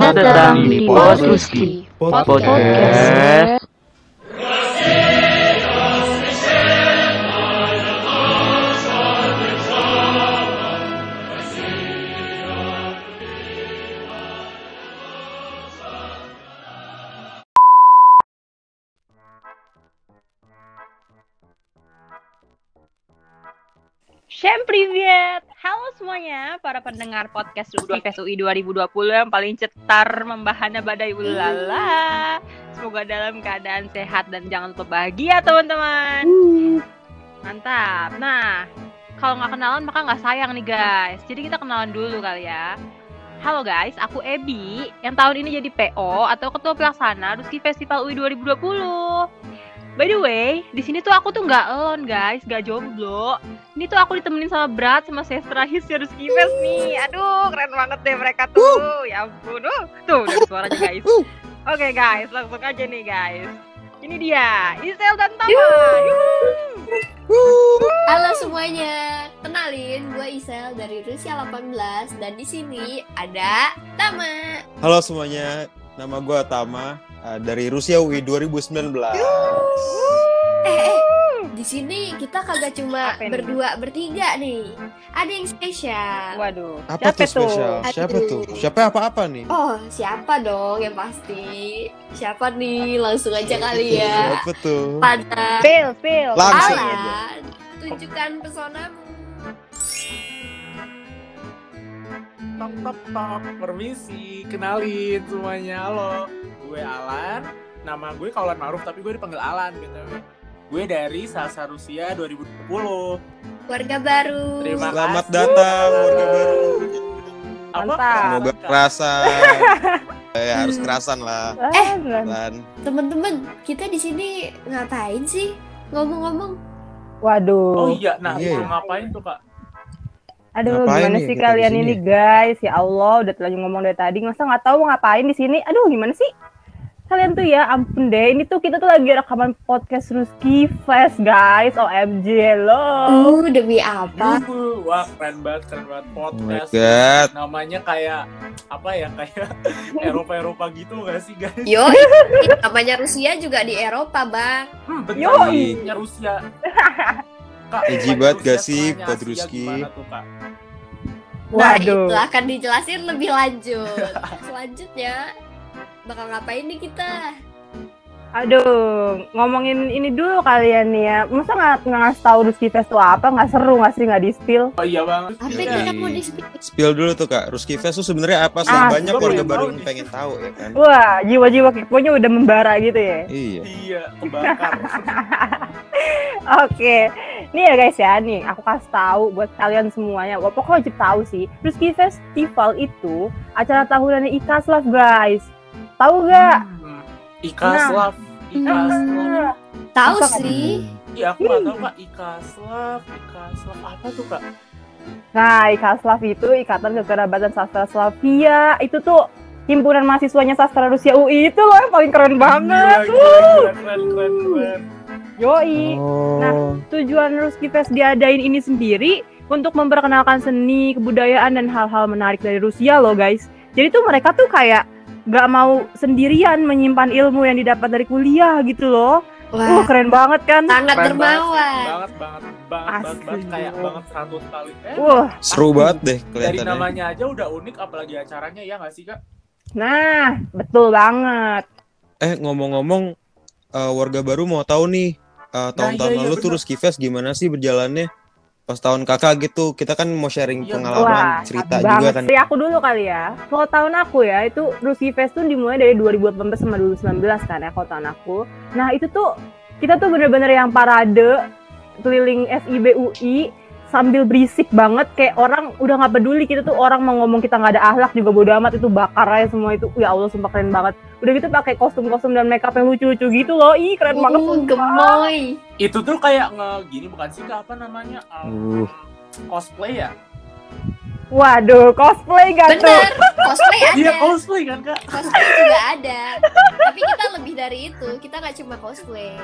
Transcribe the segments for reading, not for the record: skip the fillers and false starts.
Selamat datang di Podruski Podcast. Всем привет! Halo semuanya, para pendengar podcast U2 2020 yang paling cetar membahana badai ulala. Semoga dalam keadaan sehat dan jangan lupa bahagia teman-teman. Mantap. Nah, kalau nggak kenalan maka nggak sayang nih guys. Jadi kita kenalan dulu kali ya. Halo guys, aku Ebi yang tahun ini jadi PO atau Ketua Pelaksana Ruski Festival UI 2020. By the way, di sini tuh aku tuh nggak alone guys, nggak jomblo. Ini tuh aku ditemenin sama Brat, sama Sestra Hisya Ruski Fest nih. Aduh, keren banget deh mereka tuh. Ya ampun, tuh dari suaranya guys. Oke guys, langsung aja nih guys. Ini dia, Isel dan Tama. Halo semuanya, kenalin gue Isel dari Rusia 18 dan di sini ada Tama. Halo semuanya, nama gue Tama dari Rusia UI 2019. Di sini kita kagak cuma berdua bertiga nih. Ada yang spesial. Waduh. Apa tuh spesial? Siapa tuh? Siapa apa nih? Oh, siapa dong yang pasti? Siapa nih? Langsung aja kali ya. Siapa tuh? Pada Spill. Langsung aja. Alan, tunjukkan pesonamu. Tok, permisi, kenalin semuanya, halo. Gue Alan, nama gue Kaulan Ma'ruf tapi gue dipanggil Alan BTW. Gue dari Sasa Rusia 2020. Warga baru. Terima Selamat kasih. datang warga baru. Mantap. Semoga kerasan. Harus kerasan lah. Lan. Temen-temen, kita di sini ngapain sih? Ngomong-ngomong. Waduh. Oh iya, nah Iya. mau ngapain tuh kak? Aduh, Ngapain gimana nih sih kita kalian di sini? ini guys? Ya Allah, udah terlanjur ngomong dari tadi, masa nggak tahu mau ngapain di sini? Aduh, gimana sih? Kalian tuh ya, ampun deh. Ini tuh kita tuh lagi rekaman podcast Ruski Fest, guys. OMG, hello. Demi apa? Wah keren banget Oh my podcast. god. Namanya kayak apa ya, kayak Eropa gitu gak sih guys? Yo, namanya Rusia juga di Eropa, Bang. Bentar, Yoi. namanya Rusia. Kak, Eji namanya banget Rusia, gak sih, setengahnya Pak Asia, Ruski? gimana tuh, Kak? Nah, Waduh. itu akan dijelasin lebih lanjut. Selanjutnya bakal ngapain nih kita? Aduh, ngomongin ini dulu kalian nih ya. Masa nggak ngasih tahu Ruski Fest tuh apa? Nggak seru nggak sih nggak di-spill? Oh iya banget. Apa Iya. itu yang mau di-speak? Spill dulu tuh kak, Ruski Fest tuh sebenarnya apa sih? Banyak gue warga pengen baru tahu yang nih. pengen tahu ya kan? Wah, jiwa-jiwa keponya udah membara gitu ya. Iya. Iya, kebakar. Oke, nih ya guys ya, nih aku kasih tahu buat kalian semuanya. Wah, pokoknya wajib tahu sih, Ruski Festival itu acara tahunannya Ikaslav guys. Tahu gak? Ikaslav. Tahu Masa sih. Iya, aku nggak tahu kak. Ikaslav apa tuh kak? Nah, Ikaslav itu Ikatan Kekerabatan Sastra Slavia. Itu tuh himpunan mahasiswanya sastra Rusia UI itu loh yang paling keren banget. Gila, keren. Yoi. Nah, tujuan Ruski Fest diadain ini sendiri untuk memperkenalkan seni, kebudayaan, dan hal-hal menarik dari Rusia loh guys. Jadi tuh mereka tuh kayak gak mau sendirian menyimpan ilmu yang didapat dari kuliah gitu loh. Wah, Keren banget kan? sangat Keren dermawan. banget, Asli. kayak banget 100 kali. Seru banget deh Dari kelihatannya. namanya aja udah unik, apalagi acaranya ya nggak sih kak? Nah, betul banget. Ngomong-ngomong, warga baru mau tahu nih, tahun-tahun iya, lalu tuh bener. Ruski Fest gimana sih berjalannya? Pas tahun kakak gitu, kita kan mau sharing Iya, pengalaman, Wah, cerita sabi juga banget kan. sih. Aku dulu kali ya. Kalau tahun aku ya, itu Ruski Fest tuh dimulai dari 2018 sama 2019 kan ya, kalau tahun aku. Nah, itu tuh kita tuh bener-bener yang parade keliling FIB UI sambil berisik banget, kayak orang udah nggak peduli kita tuh, orang mau ngomong kita nggak ada akhlak juga bodo amat, itu bakar aja semua itu. Ya Allah, sumpah keren banget. Udah gitu pakai kostum-kostum dan makeup yang lucu-lucu gitu loh. Ih, keren banget sumpah. Gemoy. Itu tuh kayak gini bukan sih kak, apa namanya? Cosplay ya? Waduh, cosplay gak tuh? Bener, cosplay ada. Iya cosplay kan kak? Cosplay juga ada. Tapi kita lebih dari itu, kita nggak cuma cosplay.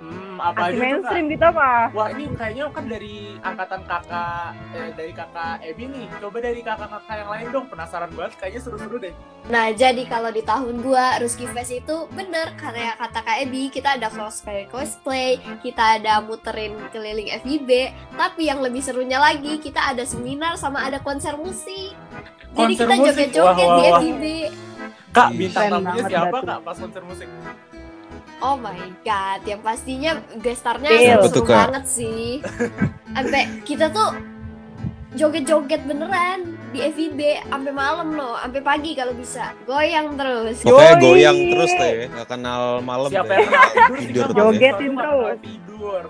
Apa Anti aja tuh, Kak? mainstream kita mah. Wah, ini kayaknya kan dari angkatan dari kakak Ebi nih. Coba dari kakak-kakak yang lain dong. Penasaran banget, kayaknya seru-seru deh. Nah, jadi kalau di tahun gua Ruski Fest itu bener karena kata Kak Ebi, kita ada cosplay, kita ada muterin keliling FIB, tapi yang lebih serunya lagi kita ada seminar sama ada konser musik. Jadi Konser kita musik? joget-joget Wah, di wah. FIB. Kak, Ih, bintang keren tamunya banget, siapa, Batu. Kak, pas konser musik? Oh my god, yang pastinya gestarnya Siapa seru tuh, Kak? banget sih. Sampai kita tuh joget-joget beneran di FIB sampai malam loh, sampai pagi kalau bisa. Goyang terus. Pokoknya Yoi. goyang terus deh, nggak kenal malam Siapa deh. yang pernah tidur sih, Tidur Kak? deh. Kalau Jogetin sesuatu nggak terus. pernah tidur.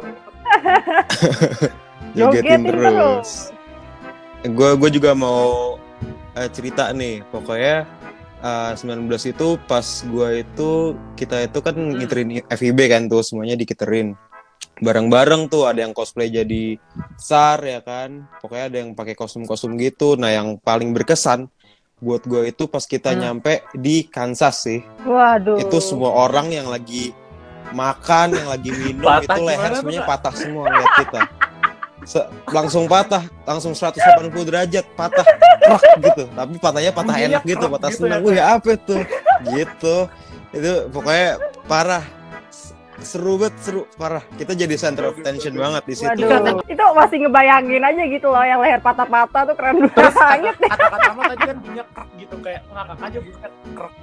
Jogetin terus. Gue juga mau cerita nih. Pokoknya 19 itu pas kita itu kan ngiterin FIB kan tuh, semuanya dikiterin bareng-bareng tuh, ada yang cosplay jadi SAR ya kan, pokoknya ada yang pakai kostum-kostum gitu. Nah yang paling berkesan buat gue itu pas kita nyampe di Kansas sih. Waduh. Itu semua orang yang lagi makan, yang lagi minum, Patah itu leher gimana tuh, semuanya Kak? patah semua lihat kita. Langsung patah, langsung 180 derajat patah, krak gitu. Tapi patahnya patah Bunyinya enak gitu, krak patah gitu senang. ya, Wih apa tuh? Gitu. Itu pokoknya parah. Seru banget, seru parah. Kita jadi center of attention banget di situ. Waduh, itu masih ngebayangin aja gitu loh, yang leher patah-patah tuh keren Terus banget. kata-kata mah tadi kan bunyinya krak gitu, kayak ngakak aja bunyinya krak.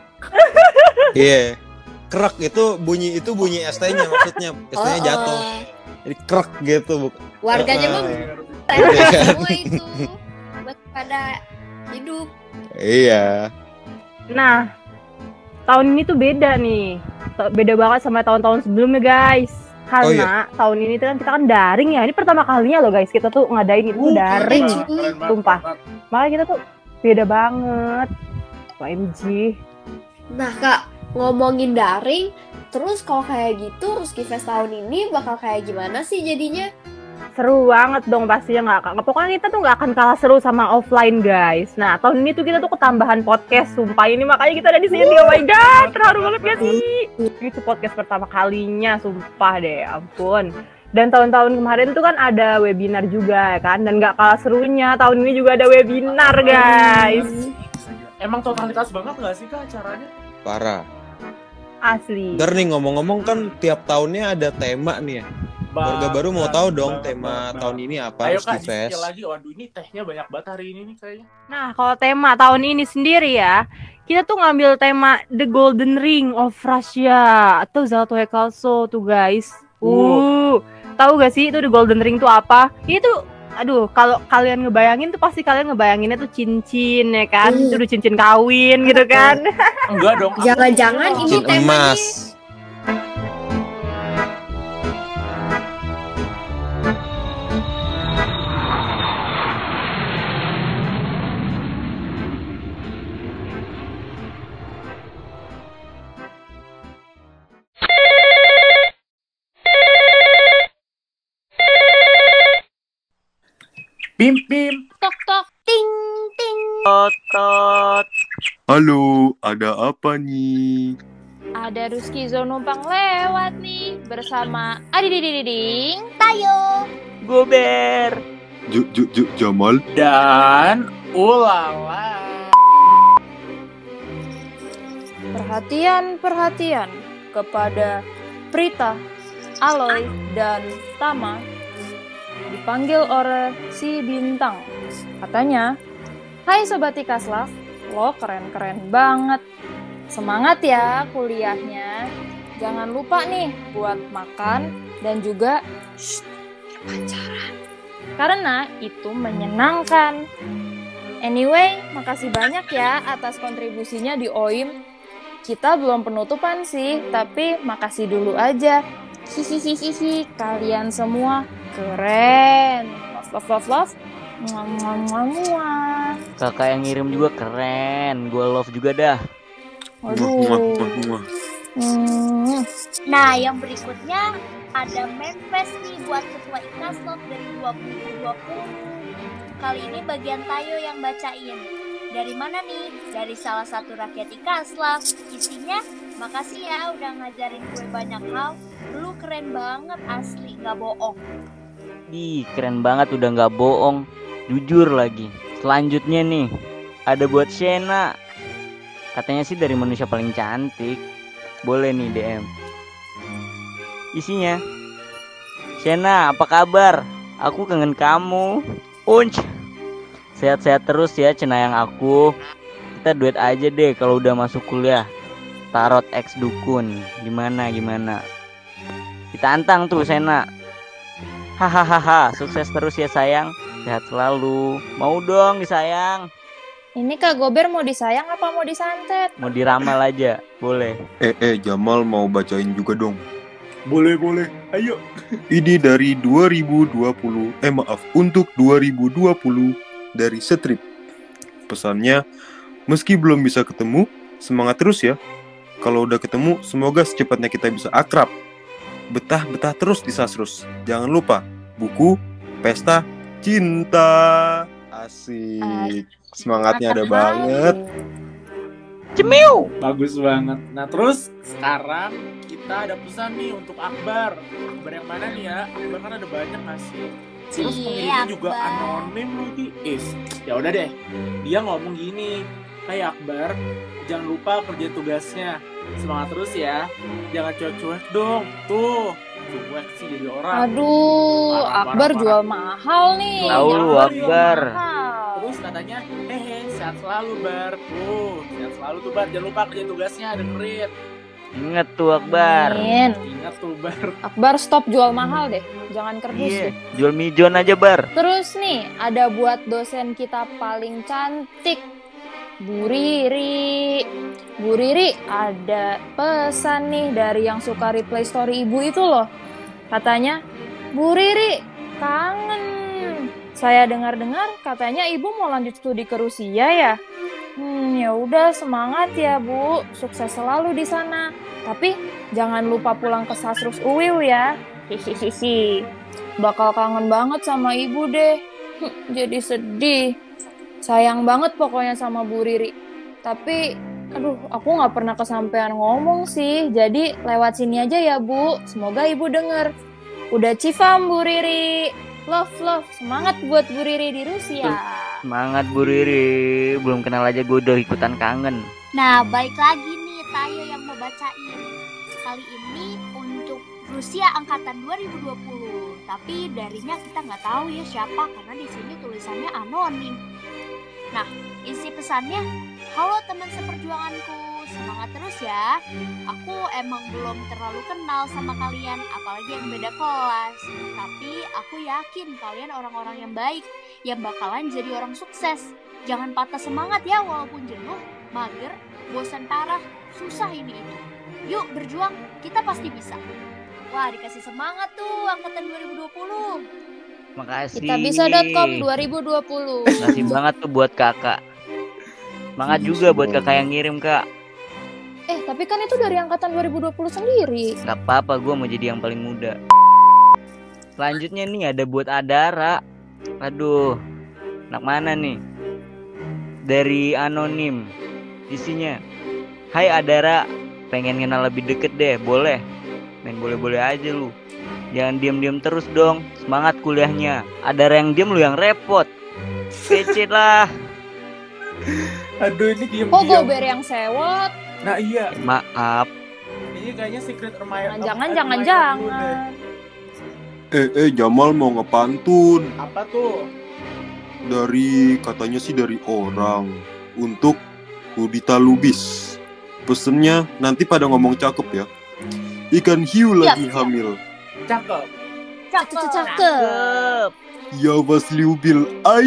Iya. Krak itu bunyi ST-nya maksudnya. ST-nya jatuh. Jadi krak gitu. Warganya mah Iya. semua itu buat pada hidup. Iya. Nah, tahun ini tuh beda nih. Beda banget sama tahun-tahun sebelumnya, guys. Karena tahun ini tuh kan kita kan daring ya. Ini pertama kalinya loh, guys. Kita tuh ngadain itu daring. Keren banget, Sumpah. keren banget. Makanya kita tuh beda banget. OMG. Nah, Kak, ngomongin daring, terus kalau kayak gitu Ruski Fest tahun ini bakal kayak gimana sih jadinya? Seru banget dong pastinya nggak. Pokoknya kita tuh nggak akan kalah seru sama offline, guys. Nah, tahun ini tuh kita tuh ketambahan podcast. Sumpah ini makanya kita ada di sini. Oh my god, terharu banget gak sih? Itu podcast pertama kalinya, sumpah deh, ampun. Dan tahun-tahun kemarin tuh kan ada webinar juga kan, dan nggak kalah serunya tahun ini juga ada webinar, guys. Emang totalitas banget nggak sih, Kak, acaranya? Parah. Asli. Ntar nih ngomong-ngomong kan tiap tahunnya ada tema nih ya. Warga baru mau tahu dong tema tahun ini apa, Ayo, Ruski Kak, Fest. di-spill lagi. Waduh, ini tehnya banyak banget hari ini nih kayaknya. Nah, kalau tema tahun ini sendiri ya, kita tuh ngambil tema The Golden Ring of Russia atau Zолотое кольцо tuh, guys. Tahu gak sih itu The Golden Ring tuh apa? Itu aduh, kalau kalian ngebayangin tuh pasti kalian ngebayanginnya tuh cincin ya kan? Itu udah cincin kawin gitu kan. Enggak dong. Jangan-jangan ini Cincin temanya emas. Pim pim. tok tok ting ting. Halo, ada apa nih? Ada Ruski Zo numpang lewat nih bersama Adidididing. Tayo. Gober. Jamal? Dan ulala. Perhatian kepada Prita, Aloy, dan Tama dipanggil oleh si Bintang. Katanya, "Hai Sobat Ikaslaf, lo keren-keren banget. Semangat ya kuliahnya. Jangan lupa nih buat makan dan juga pacaran. Karena itu menyenangkan. Anyway, makasih banyak ya atas kontribusinya di OIM. Kita belum penutupan sih, tapi makasih dulu aja. Hihihihi, kalian semua keren. Love. Muah. Kakak yang ngirim juga keren. Gue love juga dah. Aduh. Nah, yang berikutnya ada manifest nih buat ketua Ikaslaf dari 2020. Kali ini bagian Tayo yang bacain. Dari mana nih? Dari salah satu rakyat Ikaslaf. Isinya, makasih ya udah ngajarin gue banyak hal. Lu keren banget asli, nggak bohong. Ih, keren banget, udah nggak bohong. Jujur lagi. Selanjutnya nih, ada buat Shena. Katanya sih dari manusia paling cantik. Boleh nih DM. Isinya, Shena, apa kabar? Aku kangen kamu. Unc. Sehat-sehat terus ya, cenayang aku. Kita duet aja deh kalau udah masuk kuliah. Tarot X Dukun. Gimana? Kita antang tuh, Shena. Hahaha, sukses terus ya sayang. Sehat selalu. Mau dong disayang. Ini Kak Gober mau disayang apa mau disantet? Mau diramal aja, boleh. Jamal mau bacain juga dong. Boleh, ayo. Ini dari 2020, untuk 2020 dari Strip. Pesannya, meski belum bisa ketemu, semangat terus ya. Kalau udah ketemu, semoga secepatnya kita bisa akrab. Betah terus di Sasrus. Jangan lupa, buku, pesta, cinta. Asik. Semangatnya ada banget. Cemiu. Bagus banget. Nah terus sekarang kita ada pesan nih untuk Akbar. Akbar yang mana nih ya? Akbar kan ada banyak ngasih. Terus pengirimnya juga anonim lagi. Ya udah deh. Dia ngomong gini. Hai Akbar, jangan lupa kerja tugasnya. Semangat terus ya. Jangan cuek-cuek dong. Tuh, cuek sih jadi orang. Aduh, Akbar jual mahal nih. Tahu lu Akbar. Terus katanya, sehat selalu Bar. Sehat selalu tuh Bar. Jangan lupa kerja tugasnya, dengerin. Ingat tuh Akbar. Ingat tuh Bar. Akbar stop jual mahal deh. Jangan kerdus deh. Jual mijon aja Bar. Terus nih, ada buat dosen kita paling cantik, Bu Riri. Bu Riri, ada pesan nih dari yang suka replay story ibu itu loh. Katanya, Bu Riri, kangen. Saya dengar-dengar katanya ibu mau lanjut studi ke Rusia ya. Ya udah semangat ya Bu, sukses selalu di sana. Tapi jangan lupa pulang ke Sasrus Uwiw ya. Hihihihi. Bakal kangen banget sama ibu deh. Jadi sedih. Sayang banget pokoknya sama Bu Riri. Tapi, aduh, aku nggak pernah kesampean ngomong sih. Jadi lewat sini aja ya Bu. Semoga ibu denger. Udah cifam Bu Riri. Love, semangat buat Bu Riri di Rusia. Semangat Bu Riri, belum kenal aja gue udah ikutan kangen. Nah, balik lagi nih Tayo yang mau bacain. Kali ini untuk Rusia angkatan 2020. Tapi darinya kita nggak tahu ya siapa karena di sini tulisannya anonim. Nah, isi pesannya, halo teman seperjuanganku, semangat terus ya. Aku emang belum terlalu kenal sama kalian, apalagi yang beda kelas. Tapi aku yakin kalian orang-orang yang baik, yang bakalan jadi orang sukses. Jangan patah semangat ya walaupun jenuh, mager, bosan parah, susah ini itu. Yuk berjuang, kita pasti bisa. Wah, dikasih semangat tuh angkatan 2020. Makasih. Kitabisa.com 2020. Makasih banget tuh buat kakak. Semangat juga buat kakak yang ngirim kak. Tapi kan itu dari angkatan 2020 sendiri. Gak apa-apa, gue mau jadi yang paling muda. Selanjutnya nih ada buat Adara. Aduh, anak mana nih? Dari anonim. Isinya, hai Adara, pengen kenal lebih deket deh, boleh? Main boleh-boleh aja lu. Jangan diam-diam terus dong. Semangat kuliahnya. Adara yang diam, lu yang repot. Kece lah. Aduh, ini diam-diam. Kok Gober yang sewot? Nah iya. Maaf. Ini kayaknya secret admirer. Jangan. Jamal mau ngepantun. Apa tuh? Katanya sih dari orang. Untuk Udita Lubis. Pesennya nanti pada ngomong cakep ya. Ikan hiu lagi hamil. Cakep. Ya was liubil.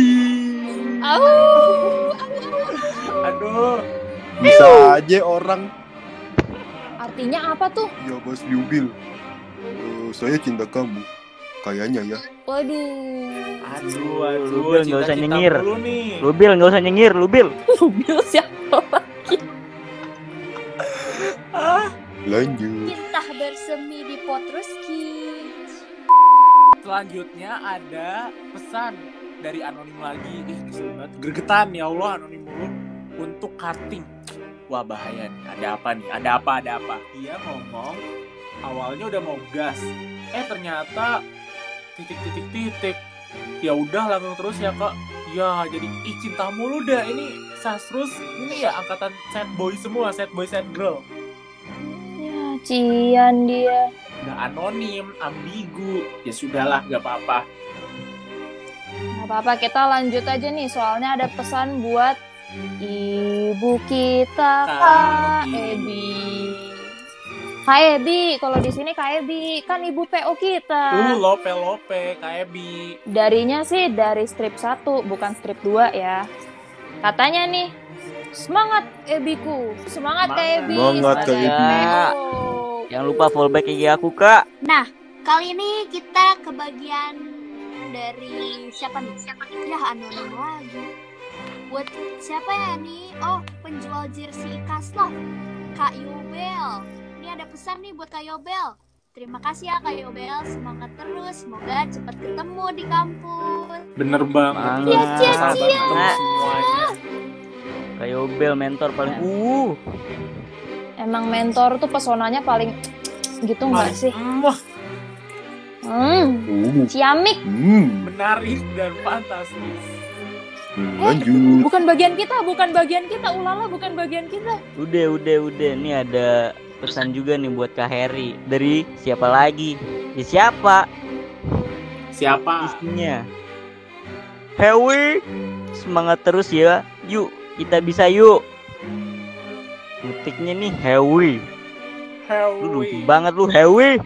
Aduh. Bisa aja orang. Artinya apa tuh? Ya was liubil. Saya cinta kamu. Kayaknya ya. Waduh. Lubil nggak usah nyengir. Lubil nggak usah nyengir. Lubil siapa lagi? Lanjut. Cinta bersemi di Potruski. Selanjutnya ada pesan dari anonim lagi. Kesel banget. Gregetan ya Allah, anonim mulu. Untuk karting. Wah bahaya nih. Ada apa nih? Ada apa? Dia ngomong, awalnya udah mau gas, ternyata titik. Ya udah langgeng terus ya kak. Ya jadi cinta mulu dah ini Sasrus ini ya angkatan sad boy semua, sad boy sad girl. Ya, cian dia. Udah anonim, ambigu. Ya sudahlah, gak apa-apa. Nggak apa-apa, kita lanjut aja nih. Soalnya ada pesan buat ibu kita, Kak Ebi. Kak Ebi, kalau di sini Kak Ebi kan ibu PO kita. Lope, Kak Ebi. Darinya sih dari strip 1, bukan strip 2 ya. Katanya nih, semangat Ebiku, semangat Kak Ebi. Semangat, Kak Ebi. PO. Jangan lupa fallback IG aku, Kak. Nah, kali ini kita ke bagian dari siapa nih? Ya, anonim lagi. Buat siapa ya nih? Oh, penjual jersey Kaslov, Kak Yobel. Ini ada pesan nih buat Kak Yobel. Terima kasih ya Kak Yobel, semangat terus. Semoga cepat ketemu di kampus. Bener banget. Cia. Semuanya. Kak Yobel mentor paling Emang mentor tuh pesonanya paling gitu nggak sih? Ciamik. Menarik dan fantastis. Lanjut. Bukan bagian kita. Ulala, bukan bagian kita. Udah. Ini ada pesan juga nih buat Kak Heri. Dari siapa lagi? Ya siapa? Isinya. Hewi, semangat terus ya. Yuk, kita bisa yuk. Mutiknya nih Hewi. Lu lucu banget lu Hewi.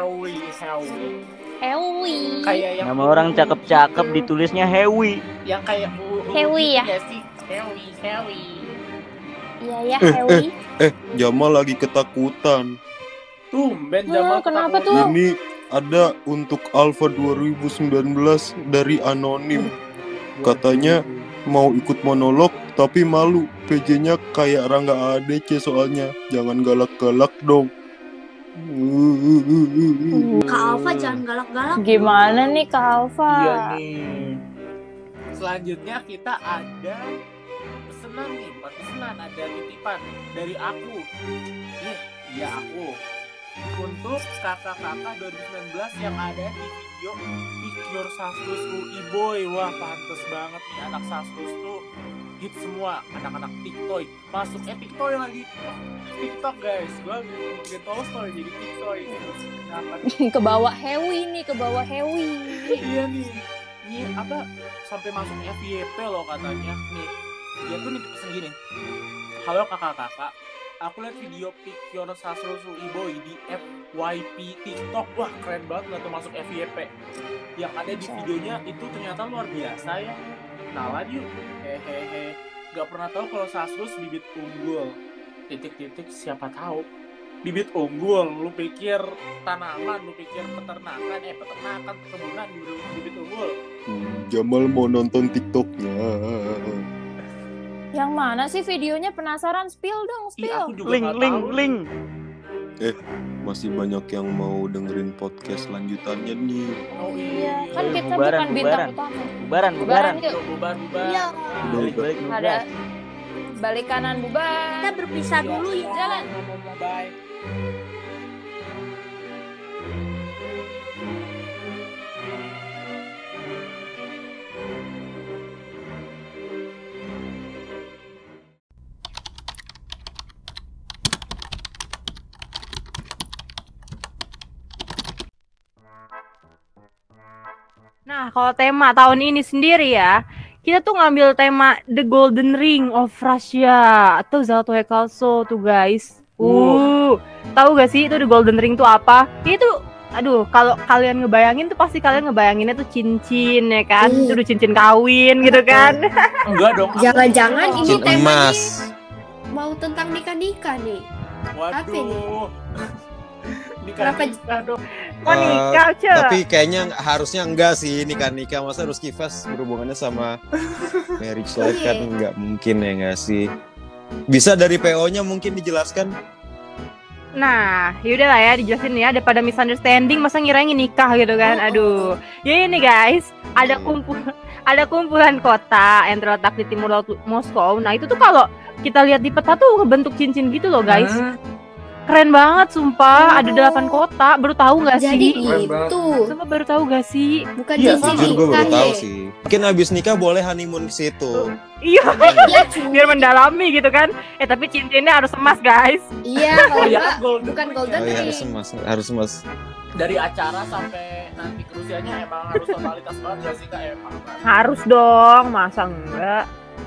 Kayak yang Nama orang cakep-cakep ditulisnya Hewi. yang kayak Hewi ya? sih? Hewi. Iya ya, Hewi. Jamal lagi ketakutan. Tumben Jamal kenapa ketakutan. tuh? Ini ada untuk Alpha 2019 dari Anonim. Katanya mau ikut monolog tapi malu. PJ-nya kayak Rangga ADC soalnya. Jangan galak-galak dong. Kak Alfa jangan galak-galak. Gimana nih Kak Alfa? Iya nih. Selanjutnya kita ada pesanan nih, bukan pesanan, ada titipan dari aku. Iya aku. Untuk kakak-kakak 2019 yang ada di video Pick Your Sasrus UI Boy. Wah pantes banget nih anak Sasrus tuh hit semua, anak-anak TikTok. Masuk TikTok lagi. TikTok guys, gue bikin Tolstoy jadi TikTok. Kebawa Hewi. Iya nih. Ini apa sampai masuk FYP loh katanya. Nih, dia tuh nih pesen gini. Halo kakak-kakak, aku lihat video Pick Your Sasrus UI Boy di FYP TikTok. Wah keren banget nggak tuh masuk FYP. Yang ada di videonya itu ternyata luar biasa ya. Kenalan yuk. Hehehe. Gak pernah tahu kalau Sasrus bibit unggul. Titik-titik siapa tahu. Bibit unggul, lu pikir tanaman, lu pikir peternakan, perkebunan bibit unggul. Jamal mau nonton TikToknya. Yang mana sih videonya? Penasaran, spill dong, Aku juga Link. Masih banyak yang mau dengerin podcast lanjutannya nih. Oh iya. Kan kita Bubaran, bukan bintang utama. Bubaran. Yuk. Bubar. Iya. Balik. Ada balik kanan bubar. Kita berpisah dulu ya. Jalan. Bye. Nah, kalau tema tahun ini sendiri ya, kita tuh ngambil tema The Golden Ring of Russia atau Zолотое кольцо tuh guys. Tahu gak sih itu The Golden Ring tuh apa? Itu kalau kalian ngebayangin tuh pasti kalian ngebayanginnya tuh cincin ya kan? Itu udah cincin kawin gitu kan. Enggak dong. Jangan-jangan ini Cincin temanya emas. mau tentang nikah-nikah nih. Apa ini? Waduh. Kenapa- Nikah dong. Mau nikah, Ce. Tapi kayaknya harusnya enggak sih nikah. Masa Rusky Fest berhubungannya sama marriage life kan enggak mungkin ya enggak sih. Bisa dari PO-nya mungkin dijelaskan? Nah, yaudah lah ya dijelasin ya, daripada misunderstanding masa ngiranya nikah gitu kan. Aduh. Ya ini guys, ada kumpulan kota yang terletak di timur laut Moskow. Nah, itu tuh kalau kita lihat di peta tuh ngebentuk cincin gitu loh, guys. Keren banget sumpah, ada 8 kota, baru tahu nggak Jadi sih? itu Sumpah baru tahu gak sih? bukan Iya, cincin Jujur gue baru nikah tahu ya. sih. Mungkin abis nikah boleh honeymoon ke situ. Iya, Iya cuy. biar mendalami gitu kan. Tapi cincinnya harus emas guys. Iya kalau Oh iya, enggak golden bukan ring golden Oh iya, ring. harus emas. Dari acara sampai nanti ke Rusianya emang harus totalitas banget gak sih Kak? Emang Harus dong, masa enggak?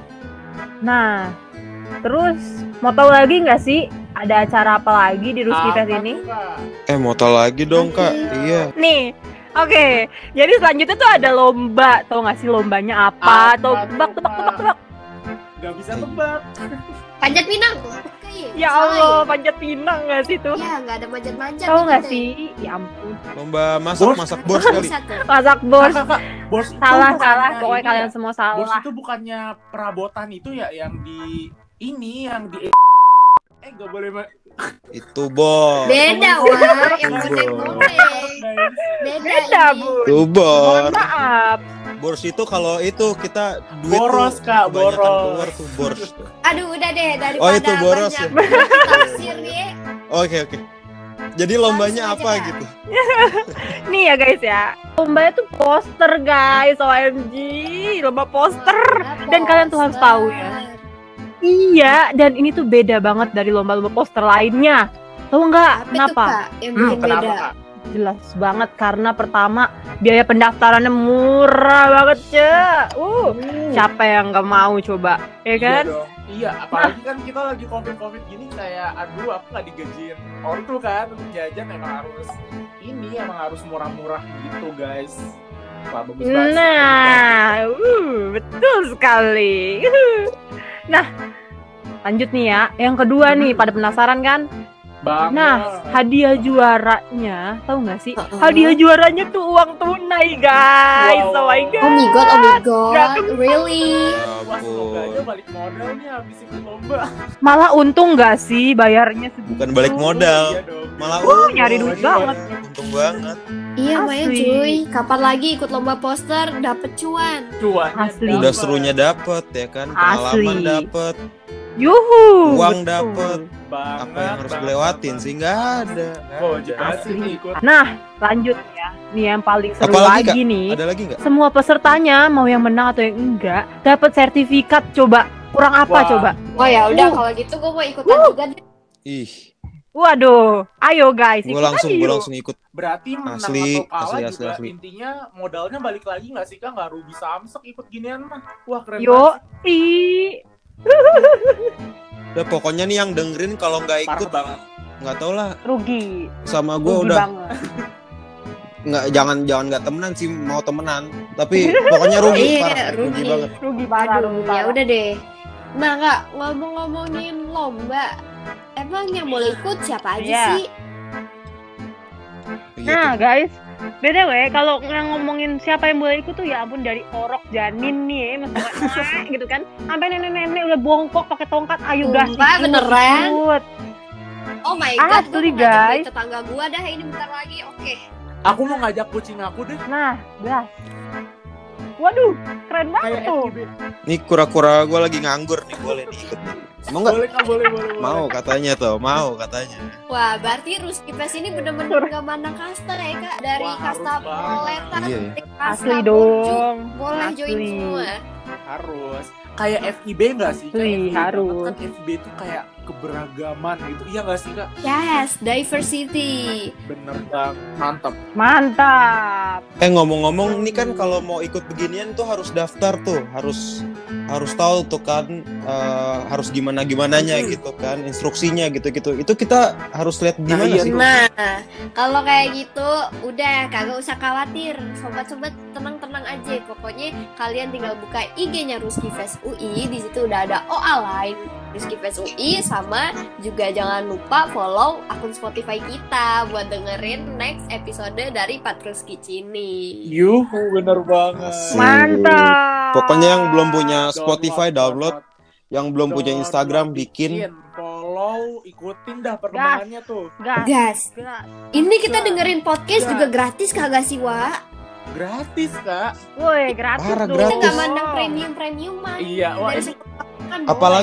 Nah, terus mau tahu lagi nggak sih ada acara apa lagi di Ruski Fest ini? Mau tau lagi dong kak? Oke. Iya. Nih, oke. Jadi selanjutnya tuh ada lomba. Tahu nggak sih lombanya apa? Apa Tahu tuh, tebak. Gak bisa tebak. Panjat pinang. Oke. Ya Allah, panjat pinang nggak sih tuh? Ya nggak ada manjat-manjat. Tahu nih nggak kita. sih? Ya ampun. Lomba masak bors kali. Bisa tuh. Masak bors. Kak, bors itu Salah. bukannya Pokoknya ini kalian ya? semua Bors salah. itu bukannya perabotan itu ya yang di ini yang di gak boleh Itu bors. Beda wah, yang Itu goreng-goreng. Beda, ini. Bu. Itu Mohon bors. maaf. Bors itu kalau itu kita duit Boros, tuh Kak, kebanyakan boros. keluar tuh bors. Aduh udah deh daripada Oh, itu boros ya? banyak tafsir ya. Oke. Jadi lombanya Langsung apa aja, Kak. gitu? Nih ya guys ya. Lombanya tuh poster guys, OMG. Lomba poster. Dan kalian tuh harus tahu ya. Iya, dan ini tuh beda banget dari lomba-lomba poster lainnya. Tahu nggak Apa kenapa? tuh, Kak, yang bikin Kenapa beda? Kak? Jelas banget karena pertama biaya pendaftarannya murah banget, Cek. Siapa yang nggak mau coba, ya kan? Iya dong. Iya, apalagi kan kita lagi covid gini kayak aduh aku nggak digajiin ortu kan untuk jajan emang harus murah-murah gitu guys. Wah bagus banget. Nah, betul sekali. Nah, lanjut nih ya. Yang kedua nih, pada penasaran kan? Banget. Nah, hadiah juaranya, tahu nggak sih? Hadiah juaranya tuh uang tunai, guys. Wow. Oh my god. Oh my god, Nggak really? Wah, semoga aja Ampun. balik modal nih habis ikut lomba. Malah untung nggak sih bayarnya segitu? Bukan balik modal. Iya dong. Malah nyari duit banget. Untung banget. Iya Maya Asli. cuy, kapan lagi ikut lomba poster dapet cuan? Cuannya Asli. Udah dapat. serunya dapet ya kan, Asli. pengalaman dapet, Yuhu. uang betul. dapet. Banget, Apa yang harus banget, dilewatin banget. sih? Nggak ada. Oh, jadi Asli. ikut. Nah, lanjut ya. Nih yang paling seru Apalagi, lagi Kak? nih. Ada lagi nggak? Semua pesertanya mau yang menang atau yang enggak dapat sertifikat. Coba kurang apa Wah. coba? Oh ya udah kalau gitu gue mau ikutan juga deh. Ih, Waduh, ayo guys, gue ikut langsung aja gue yuk. langsung ikut. Berarti menang Asli, atau kalah asli, juga asli. intinya modalnya balik lagi nggak sih Kak? Nggak rugi samsek ikut ginian mah. Wah keren Yo, banget. Udah pokoknya nih yang dengerin kalau nggak Parah ikut banget. nggak tau lah. rugi. Sama gue Rugi udah banget. nggak jangan nggak temenan sih, mau temenan. Tapi pokoknya rugi, Iya, parah, rugi rugi. banget. Rugi parah, Aduh, rugi ya parah. udah deh. Nah Kak, ngomong-ngomongin lomba, emang yang boleh ikut siapa aja Iya. sih? Iya Nah tuh. guys, BTW kalau ngomongin siapa yang boleh ikut tuh ya ampun dari orok janin nih ya, maksudnya gitu kan, sampai nenek-nenek udah bongkok pakai tongkat, ayo gas Sumpah, ikut, beneran? ikut. Oh my god, gue Asli, mau ngajak guys. tetangga gue dah ini bentar lagi. Oke. Aku mau ngajak kucing aku deh. Nah, gas. Waduh, keren banget Kayak tuh. FGB. Nih kura-kura gue lagi nganggur nih, boleh nih ikut nih. Mau nggak? Boleh Kak, boleh. Mau katanya tuh, mau katanya. Wah, berarti Ruski Fest ini bener-bener gak mandang kasta ya Kak? Dari Wah, kasta harus banget. proletar, Iya. kasta Asli burjuk, dong. boleh join Asli. semua. Harus. Kayak FIB nggak sih? Kayak Wih, FIB banget harus. kan FIB itu kayak keberagaman gitu. Iya nggak sih Kak? Yes, diversity. Bener banget. Mantap. Mantap. Ngomong-ngomong, ini kan kalau mau ikut beginian tuh harus daftar tuh, harus tahu tuh kan, harus gimananya gitu kan, instruksinya gitu-gitu. Itu kita harus lihat di Nah, mana iya sih? tuh. Nah, kalau kayak gitu udah kagak usah khawatir. Sobat-sobat tenang-tenang aja. Pokoknya kalian tinggal buka IG-nya Ruski Fest UI, di situ udah ada OA line Ruski Fest UI, sama juga jangan lupa follow akun Spotify kita buat dengerin next episode dari Patruski Cini. Yuhu, bener banget. Asik. Mantap. Pokoknya yang belum punya Spotify download, yang belum punya Download, Instagram bikin. follow, ikutin dah perkembangannya tuh. Gas. Gas, Gas. ini kita dengerin podcast Gas. juga gratis kagak sih, Wak? Gratis Kak. Woi, gratis Parah, dong. Kita gratis. nggak mandang premium mah. Iya, wah Dari ini sekarang kan boleh. Apalagi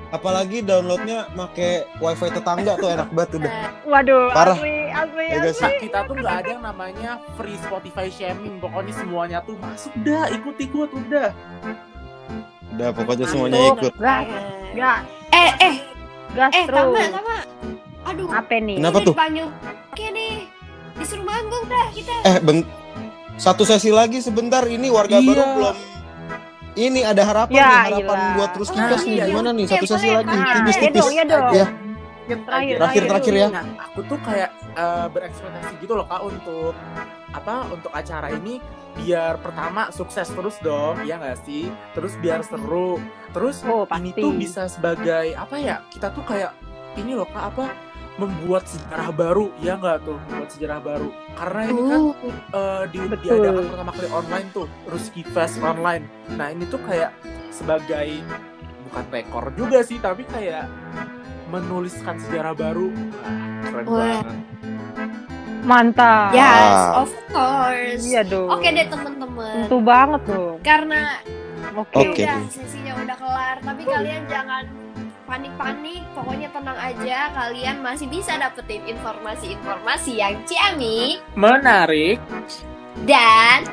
Apalagi downloadnya make wifi tetangga tuh enak banget udah. Waduh, Parah. asli. Ya gak sih? Nah, kita tuh nggak ada yang namanya free Spotify shaming. Pokoknya semuanya tuh masuk dah, ikut udah. Udah pokoknya semuanya ikut. Gas terus. Tama. Aduh, Apa nih? Kenapa tuh? dipanggil. Oke nih, disuruh manggung dah kita. Satu sesi lagi sebentar, ini warga Iya. baru belum. Ini ada harapan Ya, nih, harapan iyalah. buat terus kipes nih. iya. Gimana nih? Satu sesi Boleh, lagi, boleh. tipis-tipis. Ya dong. Ya. Terakhir ya. Nah, aku tuh kayak berekspektasi gitu loh Kak untuk acara ini biar pertama sukses terus dong, ya nggak sih? Terus biar seru. Terus Oh, ini pasti. tuh bisa sebagai apa ya? Kita tuh kayak ini loh Kak membuat sejarah baru, ya nggak tuh? Membuat sejarah baru. Karena ini kan Betul. diadakan pertama kali online tuh, Ruski Fest online. Nah, ini tuh kayak sebagai bukan rekor juga sih, tapi kayak menuliskan sejarah baru. Wah, keren Wah. banget. Mantap. Yes, Wow. of course. Iya dong. Oke deh teman-teman. Tentu banget dong. Karena Oke. udah sesinya udah kelar, tapi kalian jangan panik-panik. Pokoknya tenang aja, kalian masih bisa dapetin informasi-informasi yang ciamik Menarik. dan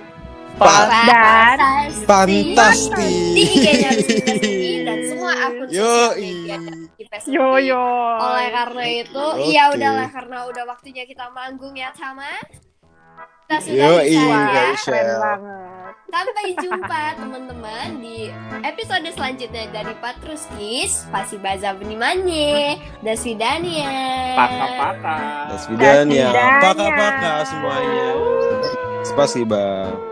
Dan Fantastis. di IG-nya Rizky Festi dan semua akun sosial media Rizky Festi. Yo. Oleh karena itu, Oke. ya udahlah karena udah waktunya kita manggung ya Tama. Kita sudah Yoi, bisa Kak ya. Isha. Keren banget. Sampai jumpa teman-teman di episode selanjutnya dari Patruskis. Pasti baza benimanye. Daswidania. Paka-paka. Dasvidania. Dasvidania. Paka-paka semuanya. Spasiba.